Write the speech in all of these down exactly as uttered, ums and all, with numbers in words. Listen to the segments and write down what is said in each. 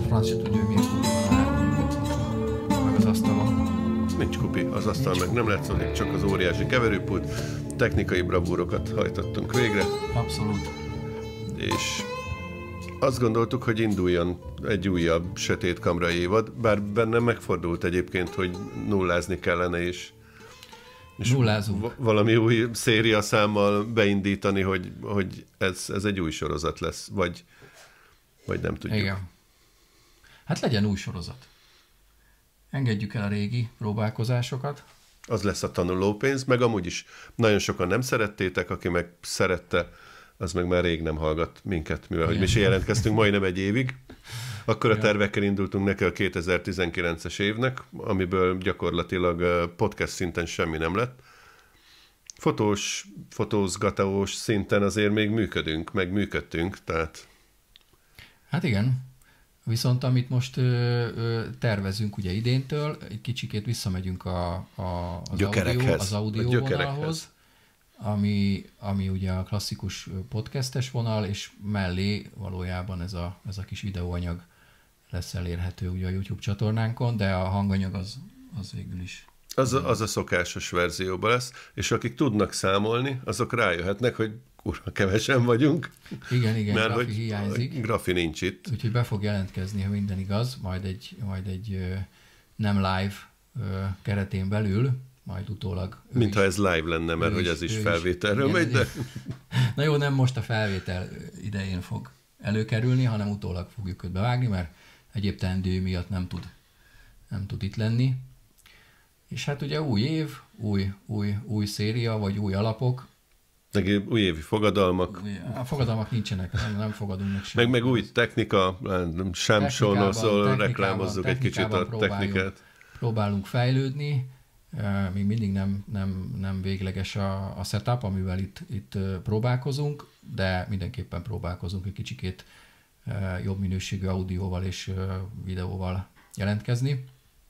franc se tudja, hogy milyen kupi van meg az asztalon. Nincs kupi, az asztal Nincs meg kupi. Nem látszik, csak az óriási keverőpult. Technikai bravúrokat hajtottunk végre. Abszolút. És azt gondoltuk, hogy induljon egy újabb sötét kamra évad, bár bennem megfordult egyébként, hogy nullázni kellene, és, és Nullázunk. valami új széria számmal beindítani, hogy, hogy ez, ez egy új sorozat lesz, vagy, vagy nem tudjuk. Igen. Hát legyen új sorozat. Engedjük el a régi próbálkozásokat. Az lesz a tanulópénz, meg amúgy is nagyon sokan nem szerettétek, aki meg szerette, az meg már rég nem hallgat minket, mivel hogy mi se jelentkeztünk majdnem egy évig. Akkor a tervekkel indultunk neki a kétezer-tizenkilences évnek, amiből gyakorlatilag podcast szinten semmi nem lett. Fotós, fotózgatós szinten azért még működünk, meg működtünk, tehát... Hát igen. Viszont amit most ö, ö, tervezünk ugye idéntől, egy kicsikét visszamegyünk a, a, az, audio, az audio vonalhoz, ami, ami ugye a klasszikus podcastes vonal, és mellé valójában ez a, ez a kis videóanyag lesz elérhető ugye a YouTube csatornánkon, de a hanganyag az, az végül is... Az a, az a szokásos verzióban lesz, és akik tudnak számolni, azok rájöhetnek, hogy kurva kevesen vagyunk. Igen, igen, mert Grafi hogy hiányzik. Grafi nincs itt. Úgyhogy be fog jelentkezni, ha minden igaz, majd egy, majd egy ö, nem live ö, keretén belül, majd utólag... Mintha ez live lenne, mert hogy ez is felvételről is, megy, de... Na jó, nem most a felvétel idején fog előkerülni, hanem utólag fogjuk őt bevágni, mert egyéb teendő miatt nem tud, nem tud itt lenni. És hát ugye új év, új, új, új széria, vagy új alapok. Meg újévi fogadalmak. A fogadalmak nincsenek, nem, nem fogadunk meg semmit. Meg, meg új technika, sem sonozol, reklámozzuk egy kicsit a technikát. Próbálunk fejlődni, még mindig nem, nem, nem végleges a, a setup, amivel itt, itt próbálkozunk, de mindenképpen próbálkozunk egy kicsikét jobb minőségű audióval és videóval jelentkezni.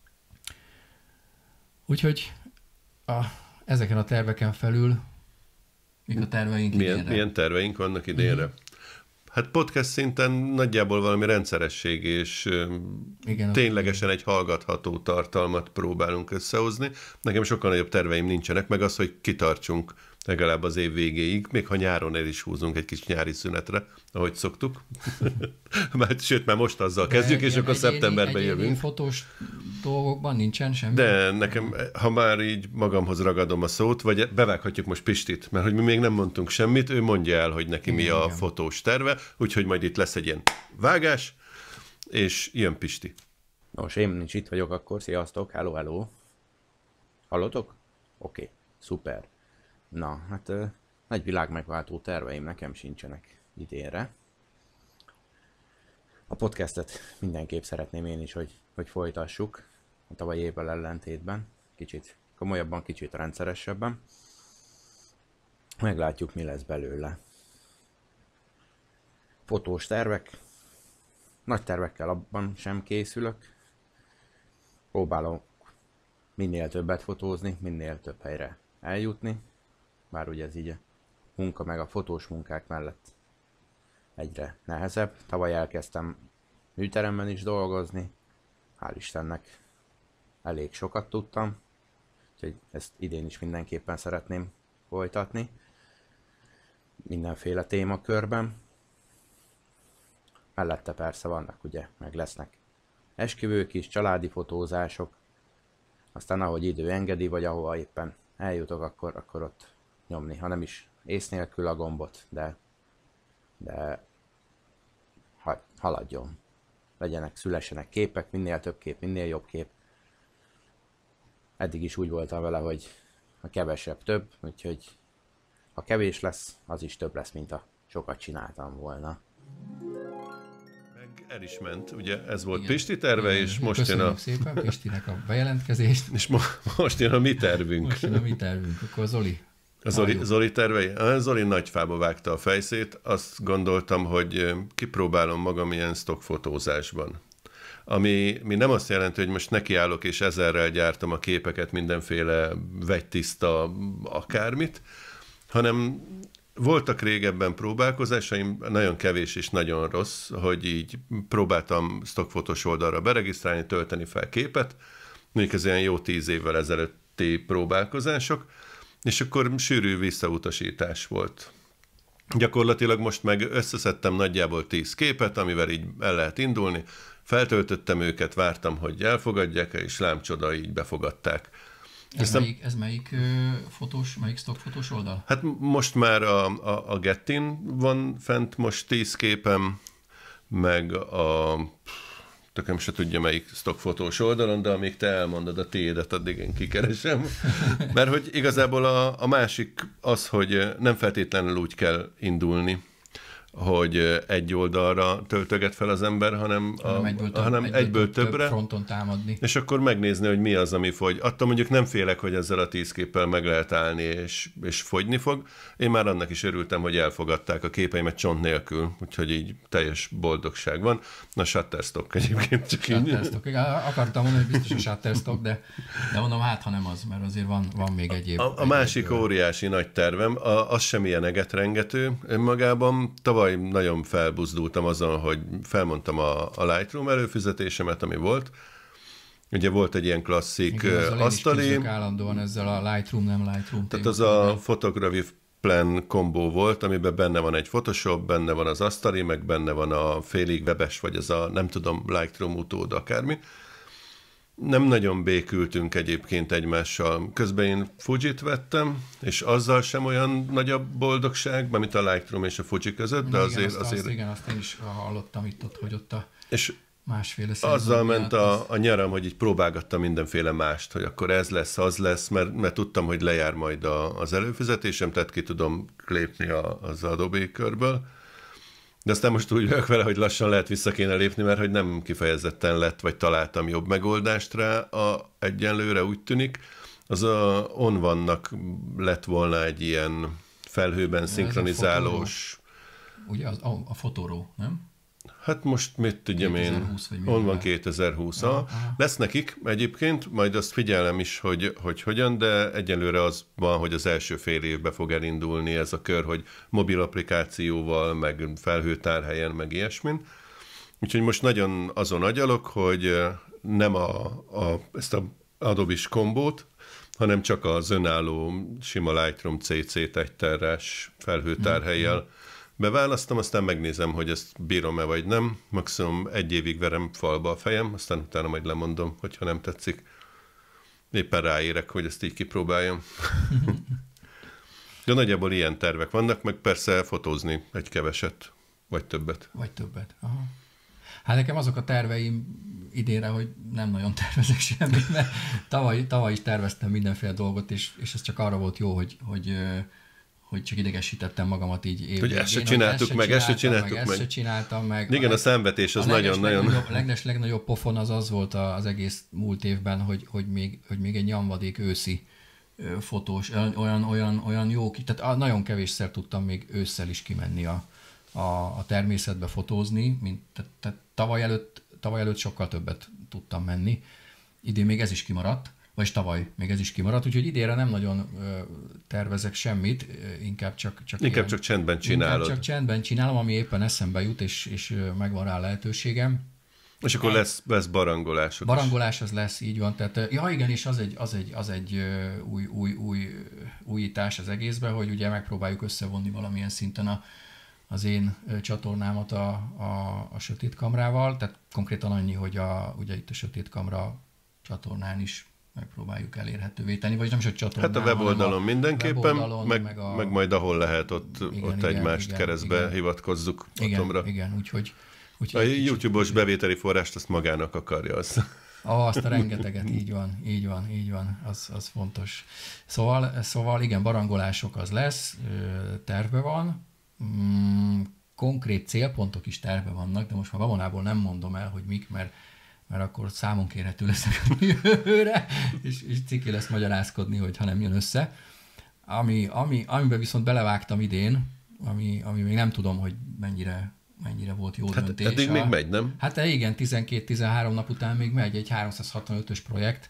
Úgyhogy a, ezeken a terveken felül mik a terveink milyen, idénre? Milyen terveink vannak idénre? Mm-hmm. Hát podcast szinten nagyjából valami rendszeresség, és igen, ténylegesen egy hallgatható tartalmat próbálunk összehozni. Nekem sokkal nagyobb terveim nincsenek, meg az, hogy kitartsunk legalább az év végéig, még ha nyáron el is húzunk egy kis nyári szünetre, ahogy szoktuk. Mert, sőt, már most azzal de kezdjük, és akkor egyéni, szeptemberben jövünk. Egyéni fotós dolgokban nincsen semmi? De nekem, ha már így magamhoz ragadom a szót, vagy bevághatjuk most Pistit, mert hogy mi még nem mondtunk semmit, ő mondja el, hogy neki igen, mi a igen. fotós terve, úgyhogy majd itt lesz egy ilyen vágás, és jön Pisti. Nos, én is itt vagyok akkor, sziasztok, hello, hello. Hallotok? Oké, okay, szuper. Na, hát uh, nagy világmegváltó terveim nekem sincsenek idénre. A podcastet mindenképp szeretném én is, hogy, hogy folytassuk a tavalyi évvel ellentétben. Kicsit komolyabban, kicsit rendszeresebben. Meglátjuk, mi lesz belőle. Fotós tervek. Nagy tervekkel abban sem készülök. Próbálok minél többet fotózni, minél több helyre eljutni. Bár ugye ez így a munka meg a fotós munkák mellett egyre nehezebb. Tavaly elkezdtem műteremben is dolgozni. Hál' Istennek elég sokat tudtam. Úgyhogy ezt idén is mindenképpen szeretném folytatni. Mindenféle témakörben. Mellette persze vannak ugye, meg lesznek esküvők is, családi fotózások. Aztán ahogy idő engedi, vagy ahova éppen eljutok, akkor, akkor ott nyomni, ha nem is ész nélkül a gombot, de, de ha, haladjon. Legyenek, szülessenek képek, minél több kép, minél jobb kép. Eddig is úgy voltam vele, hogy a kevesebb több, úgyhogy ha kevés lesz, az is több lesz, mint a sokat csináltam volna. Meg el is ment, ugye ez volt igen. Pisti terve, igen. És most jön a... szépen Pistinek a bejelentkezést. És mo- most jön a mi tervünk. Most jön a mi tervünk, akkor Zoli. A Zoli, Zoli tervei? A Zoli nagy fába vágta a fejszét, azt gondoltam, hogy kipróbálom magam ilyen stockfotózásban. Ami mi nem azt jelenti, hogy most nekiállok és ezerrel gyártom a képeket, mindenféle vegytiszta akármit, hanem voltak régebben próbálkozásaim, nagyon kevés és nagyon rossz, hogy így próbáltam stockfotós oldalra beregisztrálni, tölteni fel képet, mondjuk ez ilyen jó tíz évvel ezelőtti próbálkozások, és akkor sűrű visszautasítás volt. Gyakorlatilag most meg összeszedtem nagyjából tíz képet, amivel így el lehet indulni, feltöltöttem őket, vártam, hogy elfogadják, és lámcsoda, így befogadták. Ez Aztán, melyik, ez melyik ö, fotós, melyik stockfotós oldal? Hát most már a, a, a Gettin van fent most tíz képem, meg a tököm se tudja melyik stockfotós oldalon, de amíg te elmondod a tiédet, addig én kikeresem. Mert hogy igazából a, a másik az, hogy nem feltétlenül úgy kell indulni, hogy egy oldalra töltöget fel az ember, hanem, a, hanem, egyből, több, hanem egyből, egyből több, többre, fronton támadni. És akkor megnézni, hogy mi az, ami fogy. Attól mondjuk nem félek, hogy ezzel a tíz képpel meg lehet állni, és, és fogyni fog. Én már annak is örültem, hogy elfogadták a képeimet csont nélkül, úgyhogy így teljes boldogság van. Na, Shutterstock egyébként csak Shutterstock. így. Akartam mondani, hogy biztos a Shutterstock, de, de mondom, hát ha nem az, mert azért van, van még egyéb. A, a másik egyéb óriási nagy tervem, a, az sem ilyen egetrengető önmagában. Tavaly nagyon felbuzdultam azon, hogy felmondtam a, a Lightroom előfizetésemet, ami volt. Ugye volt egy ilyen klasszik igen, asztali. Igen, állandóan ezzel a Lightroom, nem Lightroom. Tehát az a Photography Plan kombó volt, amiben benne van egy Photoshop, benne van az asztali, meg benne van a félig webes, vagy az a nem tudom, Lightroom utód, akármi. Nem nagyon békültünk egyébként egymással. Közben én Fujit vettem, és azzal sem olyan nagyobb boldogság, mint a Lightroom és a Fuji között, de igen, azért... Azt, azért... Azt, igen, azt én is hallottam itt, ott, hogy ott a és másféle azzal ment a, a nyaram, hogy így próbálgattam mindenféle mást, hogy akkor ez lesz, az lesz, mert, mert tudtam, hogy lejár majd a, az előfizetésem, tehát ki tudom lépni a, az Adobe körből. De aztán most úgy vagyok vele, hogy lassan lehet vissza kéne lépni, mert hogy nem kifejezetten lett, vagy találtam jobb megoldást rá a, egyenlőre, úgy tűnik. Az a OnOne-nak lett volna egy ilyen felhőben szinkronizálós... Ugye az, a, a Fotoro, nem? Hát most mit tudjam én, on van kétezer-húsz. Aha, aha. Lesz nekik egyébként, majd azt figyelem is, hogy, hogy hogyan, de egyelőre az van, hogy az első fél évben fog elindulni ez a kör, hogy mobil applikációval, meg felhőtárhelyen, meg ilyesmin. Úgyhogy most nagyon azon agyalok, hogy nem a, a, ezt a Adobe-s kombót, hanem csak az önálló sima Lightroom cé cé-t egyterres felhőtárhellyel mm-hmm. beválasztom, aztán megnézem, hogy ezt bírom-e vagy nem. Maximum egy évig verem falba a fejem, aztán utána majd lemondom, hogyha nem tetszik. Éppen ráérek, hogy ezt így kipróbáljam. De nagyjából ilyen tervek vannak, meg persze fotózni egy keveset, vagy többet. Vagy többet, aha. Hát nekem azok a terveim idénre, hogy nem nagyon tervezek semmit, mert tavaly, tavaly is terveztem mindenféle dolgot, és, és ez csak arra volt jó, hogy, hogy hogy csak idegesítettem magamat így évvégén. Hogy ezt se csináltuk meg, ezt se csináltuk meg. Ezt se csináltam meg. Igen, a számvetés az nagyon-nagyon... A leges, legnagyobb pofon az az volt az egész múlt évben, hogy, hogy, még, hogy még egy nyomvadék őszi fotós, olyan, olyan, olyan jó, tehát nagyon kevésszer tudtam még ősszel is kimenni a, a, a természetbe fotózni, mint tehát, tehát tavaly, előtt, tavaly előtt sokkal többet tudtam menni. Idén még ez is kimaradt. Vagyis tavaly még ez is kimaradt, úgyhogy idénre nem nagyon ö, tervezek semmit, inkább csak... csak inkább ilyen, csak csendben csinálod. Inkább csak csendben csinálom, ami éppen eszembe jut, és, és megvan rá lehetőségem. És akkor lesz, lesz barangolások Barangolás is. az lesz, így van. Tehát, ja igen, és az egy, az egy, az egy új, új, új újítás az egészben, hogy ugye megpróbáljuk összevonni valamilyen szinten a, az én csatornámat a, a, a sötét kamrával, tehát konkrétan annyi, hogy a, ugye itt a sötét kamra csatornán is megpróbáljuk elérhetővé tenni, vagy nem is a csatornán, hát a weboldalon mindenképpen, weboldalon, meg, meg, a... meg majd ahol lehet, ott, igen, ott igen, egymást igen, keresztbe igen. hivatkozzuk igen, atomra. Igen, úgyhogy... Úgy, a YouTube-os bevételi forrást azt magának akarja. Az. Ah, azt a rengeteget, így van, így van, így van, az, az fontos. Szóval, szóval igen, barangolások az lesz, terve van, mm, konkrét célpontok is terve vannak, de most már gabonából nem mondom el, hogy mik, mert mert akkor számon kérhető leszek a jövőre, és, és ciki lesz magyarázkodni, hogyha nem jön össze. Ami, ami, amiben viszont belevágtam idén, ami, ami még nem tudom, hogy mennyire, mennyire volt jó hát döntés. Eddig a, még megy, nem? Hát igen, tizenkét-tizenhárom nap után még megy egy háromszázhatvanötös projekt,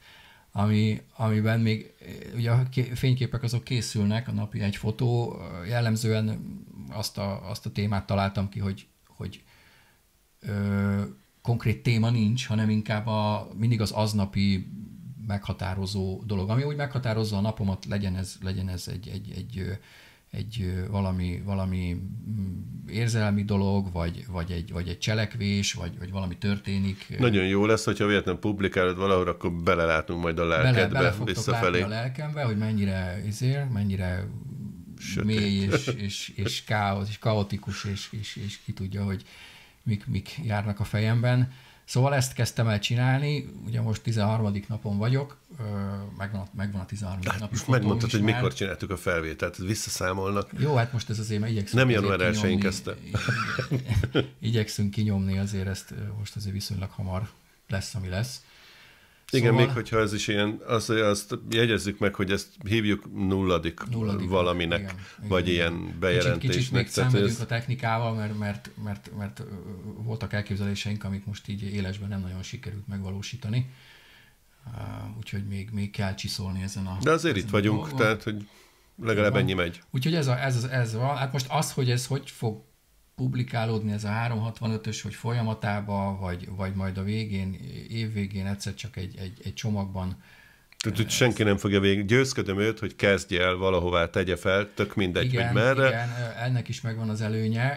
ami, amiben még ugye a fényképek azok készülnek, a napi egy fotó, jellemzően azt a, azt a témát találtam ki, hogy, hogy ö, konkrét téma nincs, hanem inkább a, mindig az aznapi meghatározó dolog. Ami úgy meghatározza a napomat, legyen ez, legyen ez egy, egy, egy, egy valami, valami érzelmi dolog, vagy, vagy, egy, vagy egy cselekvés, vagy, vagy valami történik. Nagyon jó lesz, hogyha véletlenül publikálod valahol, akkor belelátunk majd a lelkedbe, bele, bele visszafelé. a lelkembe, hogy mennyire izér, mennyire sötét. Mély és, és, és, káosz, és kaotikus, és, és, és ki tudja, hogy mik, mik járnak a fejemben. Szóval ezt kezdtem el csinálni, ugye most tizenharmadik napon vagyok, megvan, megvan a tizenharmadik hát napi most fotóm megmondtad, hogy már. mikor csináltuk a felvételt, visszaszámolnak. Jó, hát most ez azért, mert igyekszünk Nem január elsején kezdte. Igyekszünk kinyomni azért ezt, most azért viszonylag hamar lesz, ami lesz. Igen, szóval, még hogyha ez is ilyen, azt, azt jegyezzük meg, hogy ezt hívjuk nulladik, nulladik valaminek, igen, vagy igen. ilyen bejelentésnek. Kicsit, kicsit még szenvedünk ez... a technikával, mert, mert, mert, mert voltak elképzeléseink, amik most így élesben nem nagyon sikerült megvalósítani. Úgyhogy még, még kell csiszolni ezen a... De azért itt vagyunk, dolgon. Tehát hogy legalább ennyi megy. Úgyhogy ez, a, ez, ez van. Hát most az, hogy ez hogy fog publikálódni, ez a háromszázhatvanötös, hogy folyamatába, vagy, vagy majd a végén, évvégén egyszer csak egy, egy, egy csomagban. Tehát, hogy senki nem fogja végig. Győzködöm őt, hogy kezdje el valahová, tegye fel, tök mindegy, igen, hogy merre. Igen, ennek is megvan az előnye.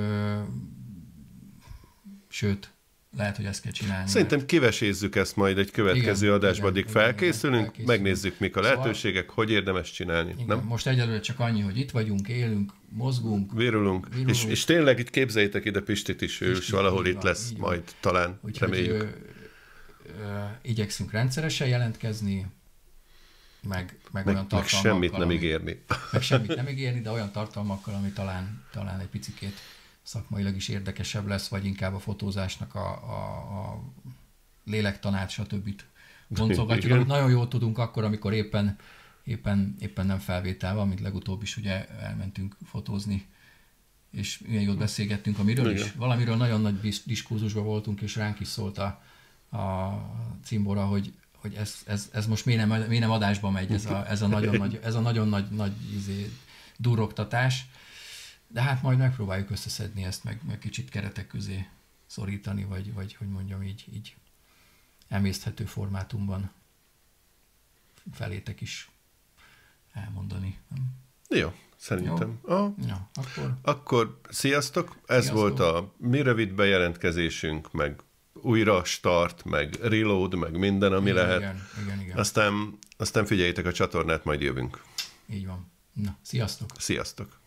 Sőt, lehet, hogy ezt kell csinálni. Szerintem mert... kivesézzük ezt majd egy következő igen, adásba, addig igen, felkészülünk, igen, felkészülünk, megnézzük, mik a lehetőségek, szóval, hogy érdemes csinálni. Igen, nem? Most egyelőre csak annyi, hogy itt vagyunk, élünk, mozgunk. Virulunk. virulunk. És, és tényleg itt képzeljétek ide Pistit is, ő is valahol itt van, lesz majd talán, úgy, reméljük. Hogy, ö, ö, igyekszünk rendszeresen jelentkezni, meg, meg, meg olyan meg semmit nem ami, ígérni. Meg semmit nem ígérni, de olyan tartalmakkal, ami talán, talán egy picikét szakmailag is érdekesebb lesz, vagy inkább a fotózásnak a, a, a lélektanát, stb. Boncolgatjuk. Nagyon jól tudunk akkor, amikor éppen, éppen, éppen nem felvétel van, mint legutóbb is ugye elmentünk fotózni, és milyen jót beszélgettünk, amiről igen. is. Valamiről nagyon nagy diskurzusban voltunk, és ránk is szólt a, a cimbora, hogy, hogy ez, ez, ez most miért nem, miért nem adásba megy, ez a, ez a nagyon nagy, ez a nagyon nagy, nagy izé, durrogtatás. De hát majd megpróbáljuk összeszedni ezt, meg, meg kicsit keretek közé szorítani, vagy, vagy hogy mondjam így, így emészthető formátumban felétek is elmondani. Jó, szerintem. Jó? Ah, ja, akkor... akkor sziasztok! Ez sziasztok. Volt a mi rövid bejelentkezésünk, meg újra start, meg reload, meg minden, ami igen, lehet. Igen, igen, igen. Aztán, aztán figyeljétek a csatornát, majd jövünk. Így van. Na, sziasztok! Sziasztok!